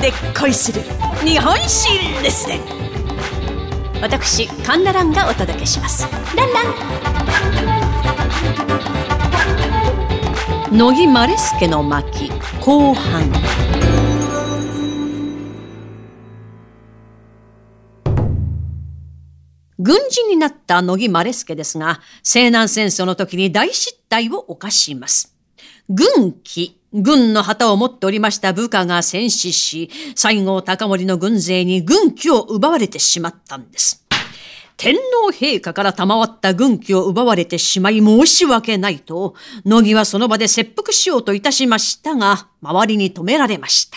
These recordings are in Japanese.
で恋する日本史レッスン。私カンナランがお届けします。ランラン。乃木マレスケの巻後半。軍人になった乃木マレスケですが、西南戦争の時に大失態を犯します。軍旗、軍の旗を持っておりました部下が戦死し、西郷隆盛の軍勢に軍旗を奪われてしまったんです。天皇陛下から賜った軍旗を奪われてしまい申し訳ないと、乃木はその場で切腹しようといたしましたが、周りに止められました。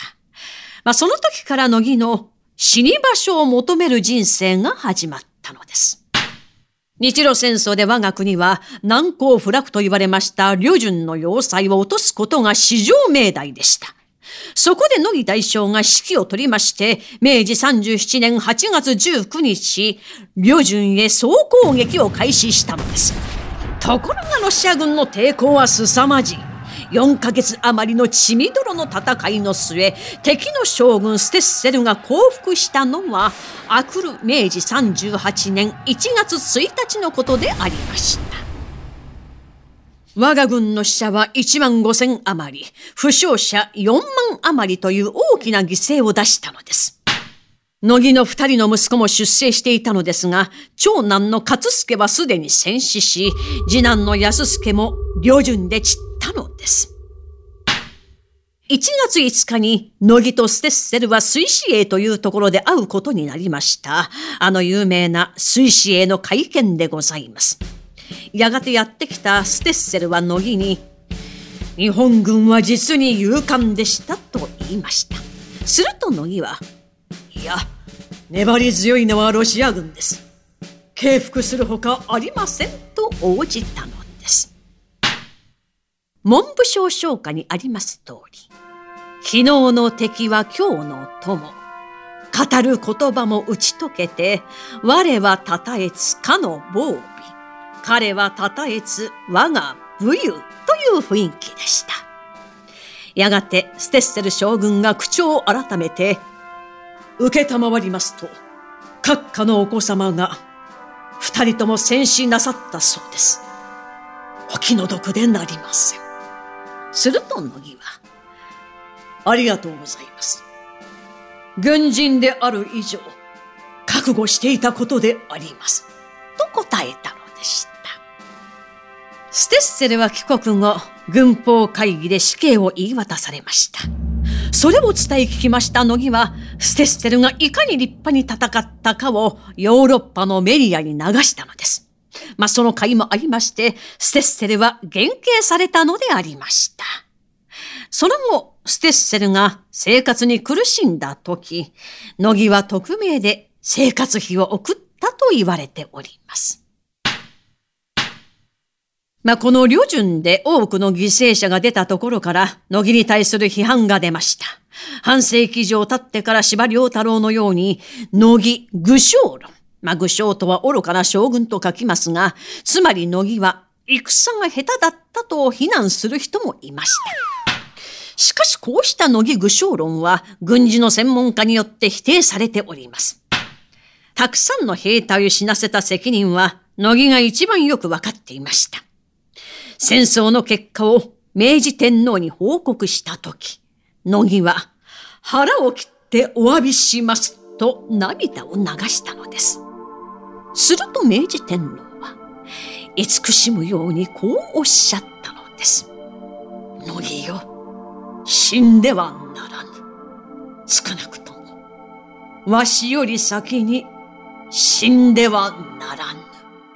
その時から乃木の死に場所を求める人生が始まったのです。日露戦争で我が国は難攻不落と言われました旅順の要塞を落とすことが至上命題でした。そこで乃木大将が指揮を取りまして、明治37年8月19日、旅順へ総攻撃を開始したのです。ところがロシア軍の抵抗は凄まじい。4ヶ月余りの血みどろの戦いの末、敵の将軍ステッセルが降伏したのは、あくる明治38年1月1日のことでありました。我が軍の死者は1万5,000余り、負傷者4万余りという大きな犠牲を出したのです。乃木の2人の息子も出征していたのですが、長男の勝助はすでに戦死し、次男の安助も旅順で散ったのです。1月5日に乃木とステッセルは水死営というところで会うことになりました。有名な水死営の会見でございます。やがてやってきたステッセルは乃木に、日本軍は実に勇敢でしたと言いました。すると乃木は、いや、粘り強いのはロシア軍です。敬服するほかありませんと応じたのです。文部省唱歌にあります通り、昨日の敵は今日の友。語る言葉も打ち解けて、我はたたえつかの防備。彼はたたえつ我が武勇という雰囲気でした。やがてステッセル将軍が口調を改めて、受けたまわりますと、閣下のお子様が二人とも戦死なさったそうです。お気の毒でなりません。すると乃木は、ありがとうございます。軍人である以上、覚悟していたことであります。と答えたのでした。ステッセルは帰国後、軍法会議で死刑を言い渡されました。それを伝え聞きました乃木は、ステッセルがいかに立派に戦ったかをヨーロッパのメディアに流したのです。その会もありまして、ステッセルは減刑されたのでありました。その後、ステッセルが生活に苦しんだ時、乃木は匿名で生活費を送ったと言われております。この旅順で多くの犠牲者が出たところから、乃木に対する批判が出ました。半世紀以上経ってから司馬遼太郎のように、乃木愚将論。愚将とは愚かな将軍と書きますが、つまり乃木は戦が下手だったと非難する人もいました。しかしこうした乃木愚将論は、軍事の専門家によって否定されております。たくさんの兵隊を死なせた責任は、乃木が一番よくわかっていました。戦争の結果を明治天皇に報告したとき、乃木は腹を切ってお詫びしますと涙を流したのです。すると明治天皇は慈しむようにこうおっしゃったのです。乃木よ、死んではならぬ。少なくともわしより先に死んではならぬ。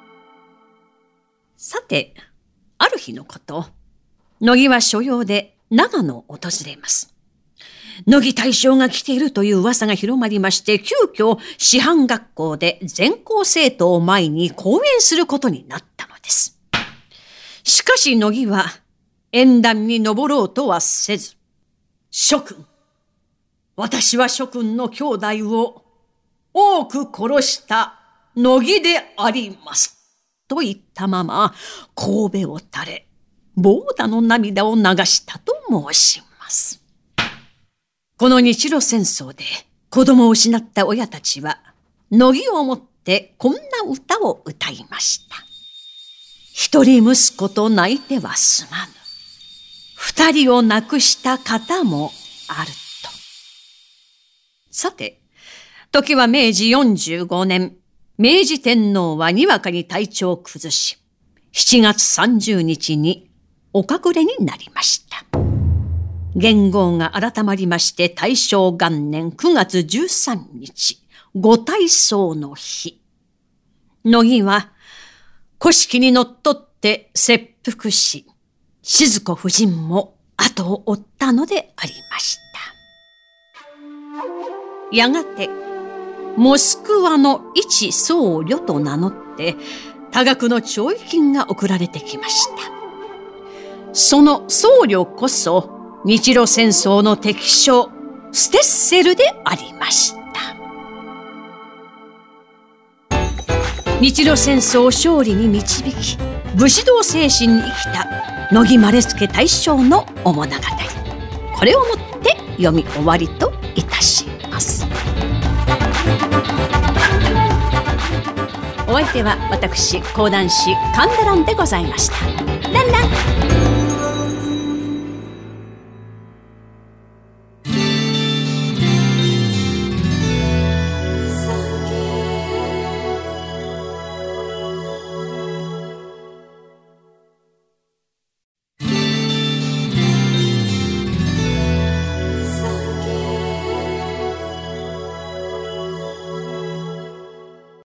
さて、ある日のこと、乃木は所用で長野を訪れます。乃木大将が来ているという噂が広まりまして、急遽師範学校で全校生徒を前に講演することになったのです。しかし乃木は演壇に登ろうとはせず、諸君、私は諸君の兄弟を多く殺した乃木であります。と言ったまま、神戸を垂れ、膨大の涙を流したと申します。 この日露戦争で子供を失った親たちは、乃木をもってこんな歌を歌いました。一人息子と泣いてはすまぬ。二人を亡くした方もあると。さて、時は明治45年、明治天皇はにわかに体調を崩し、7月30日にお隠れになりました。元号が改まりまして大正元年9月13日、御大葬の日。乃木は古式にのっとって切腹し、静子夫人も後を追ったのでありました。やがて、モスクワの一僧侶と名乗って、多額の弔意金が送られてきました。その僧侶こそ、日露戦争の敵将、ステッセルでありました。日露戦争を勝利に導き、武士道精神に生きた乃木希典大将のお物語。これをもって読み終わりといたします。お相手は私講談師神田蘭でございました。ランラン。